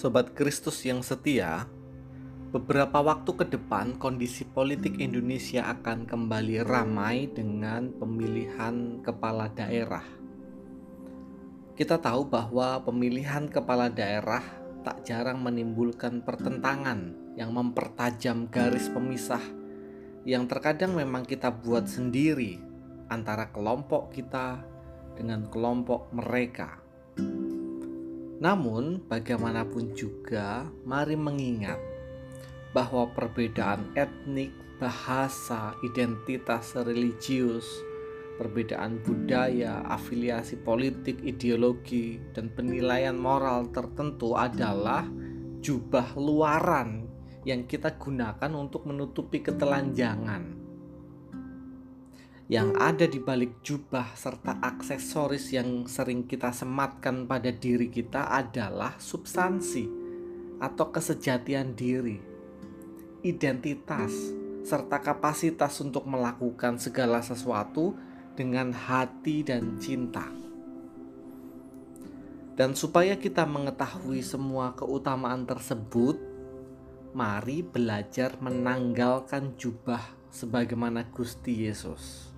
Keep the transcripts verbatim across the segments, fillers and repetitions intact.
Sobat Kristus yang setia, beberapa waktu ke depan kondisi politik Indonesia akan kembali ramai dengan pemilihan kepala daerah. Kita tahu bahwa pemilihan kepala daerah tak jarang menimbulkan pertentangan yang mempertajam garis pemisah yang terkadang memang kita buat sendiri antara kelompok kita dengan kelompok mereka. Namun, bagaimanapun juga, mari mengingat bahwa perbedaan etnik, bahasa, identitas religius, perbedaan budaya, afiliasi politik, ideologi, dan penilaian moral tertentu adalah jubah luaran yang kita gunakan untuk menutupi ketelanjangan. Yang ada di balik jubah serta aksesoris yang sering kita sematkan pada diri kita adalah substansi atau kesejatian diri, identitas, serta kapasitas untuk melakukan segala sesuatu dengan hati dan cinta. Dan supaya kita mengetahui semua keutamaan tersebut, mari belajar menanggalkan jubah sebagaimana Gusti Yesus.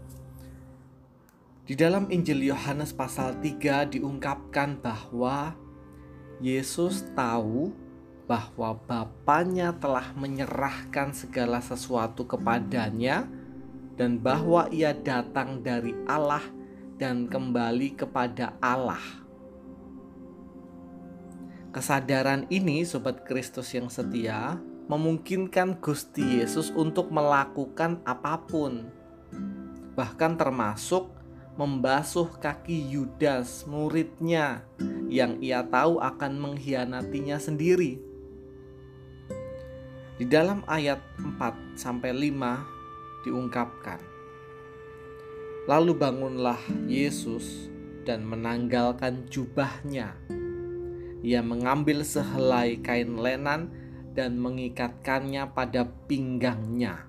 Di dalam Injil Yohanes pasal tiga diungkapkan bahwa Yesus tahu bahwa Bapanya telah menyerahkan segala sesuatu kepadanya dan bahwa ia datang dari Allah dan kembali kepada Allah. Kesadaran ini, Sobat Kristus yang setia, memungkinkan Gusti Yesus untuk melakukan apapun, bahkan termasuk membasuh kaki Yudas, muridnya, yang ia tahu akan mengkhianatinya sendiri. Di dalam ayat empat sampai lima diungkapkan, lalu bangunlah Yesus dan menanggalkan jubahnya. Ia mengambil sehelai kain lenan dan mengikatkannya pada pinggangnya.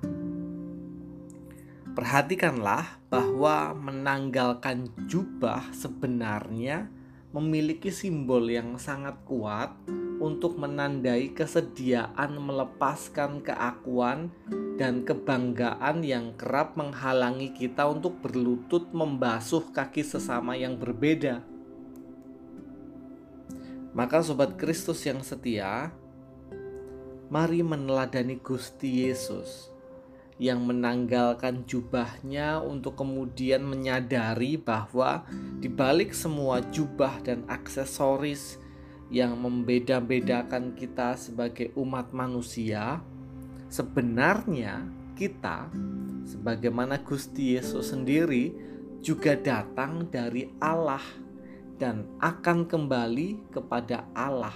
Perhatikanlah bahwa menanggalkan jubah sebenarnya memiliki simbol yang sangat kuat untuk menandai kesediaan melepaskan keakuan dan kebanggaan yang kerap menghalangi kita untuk berlutut membasuh kaki sesama yang berbeda. Maka Sobat Kristus yang setia, mari meneladani Gusti Yesus yang menanggalkan jubahnya untuk kemudian menyadari bahwa di balik semua jubah dan aksesoris yang membeda-bedakan kita sebagai umat manusia, sebenarnya kita, sebagaimana Gusti Yesus sendiri, juga datang dari Allah dan akan kembali kepada Allah.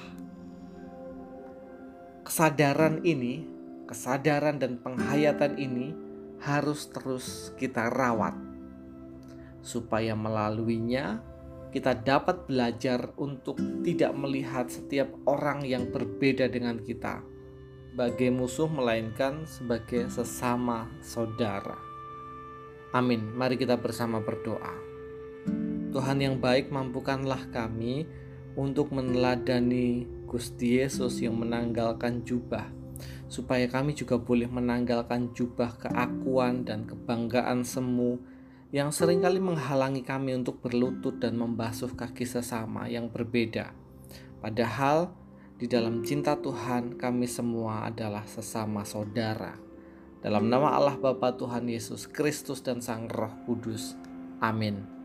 Kesadaran ini Kesadaran dan penghayatan ini harus terus kita rawat, supaya melaluinya kita dapat belajar untuk tidak melihat setiap orang yang berbeda dengan kita sebagai musuh, melainkan sebagai sesama saudara. Amin. Mari kita bersama berdoa. Tuhan yang baik, mampukanlah kami untuk meneladani Gusti Yesus yang menanggalkan jubah, supaya kami juga boleh menanggalkan jubah keakuan dan kebanggaan semu yang seringkali menghalangi kami untuk berlutut dan membasuh kaki sesama yang berbeda. Padahal di dalam cinta Tuhan kami semua adalah sesama saudara. Dalam nama Allah Bapa, Tuhan Yesus Kristus dan Sang Roh Kudus. Amin.